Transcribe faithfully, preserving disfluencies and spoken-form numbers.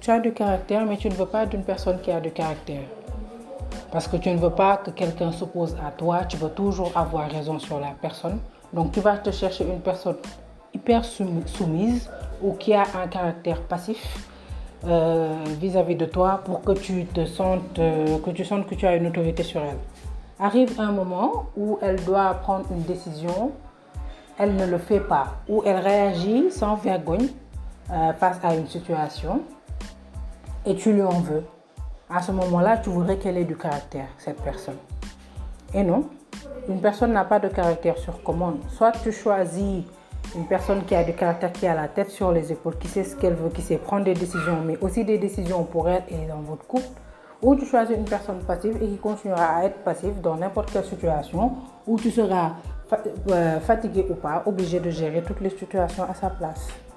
tu as du caractère, mais tu ne veux pas d'une personne qui a du caractère. Parce que tu ne veux pas que quelqu'un s'oppose à toi, tu veux toujours avoir raison sur la personne. Donc tu vas te chercher une personne hyper soumise ou qui a un caractère passif euh, vis-à-vis de toi pour que tu te sentes, euh, que tu sentes que tu as une autorité sur elle. Arrive un moment où elle doit prendre une décision, elle ne le fait pas, ou elle réagit sans vergogne euh, face à une situation et tu lui en veux. À ce moment-là, tu voudrais qu'elle ait du caractère, cette personne. Et non, une personne n'a pas de caractère sur commande. Soit tu choisis une personne qui a du caractère, qui a la tête sur les épaules, qui sait ce qu'elle veut, qui sait prendre des décisions, mais aussi des décisions pour elle et dans votre couple. Ou tu choisis une personne passive et qui continuera à être passive dans n'importe quelle situation où tu seras fatigué ou pas, obligé de gérer toutes les situations à sa place.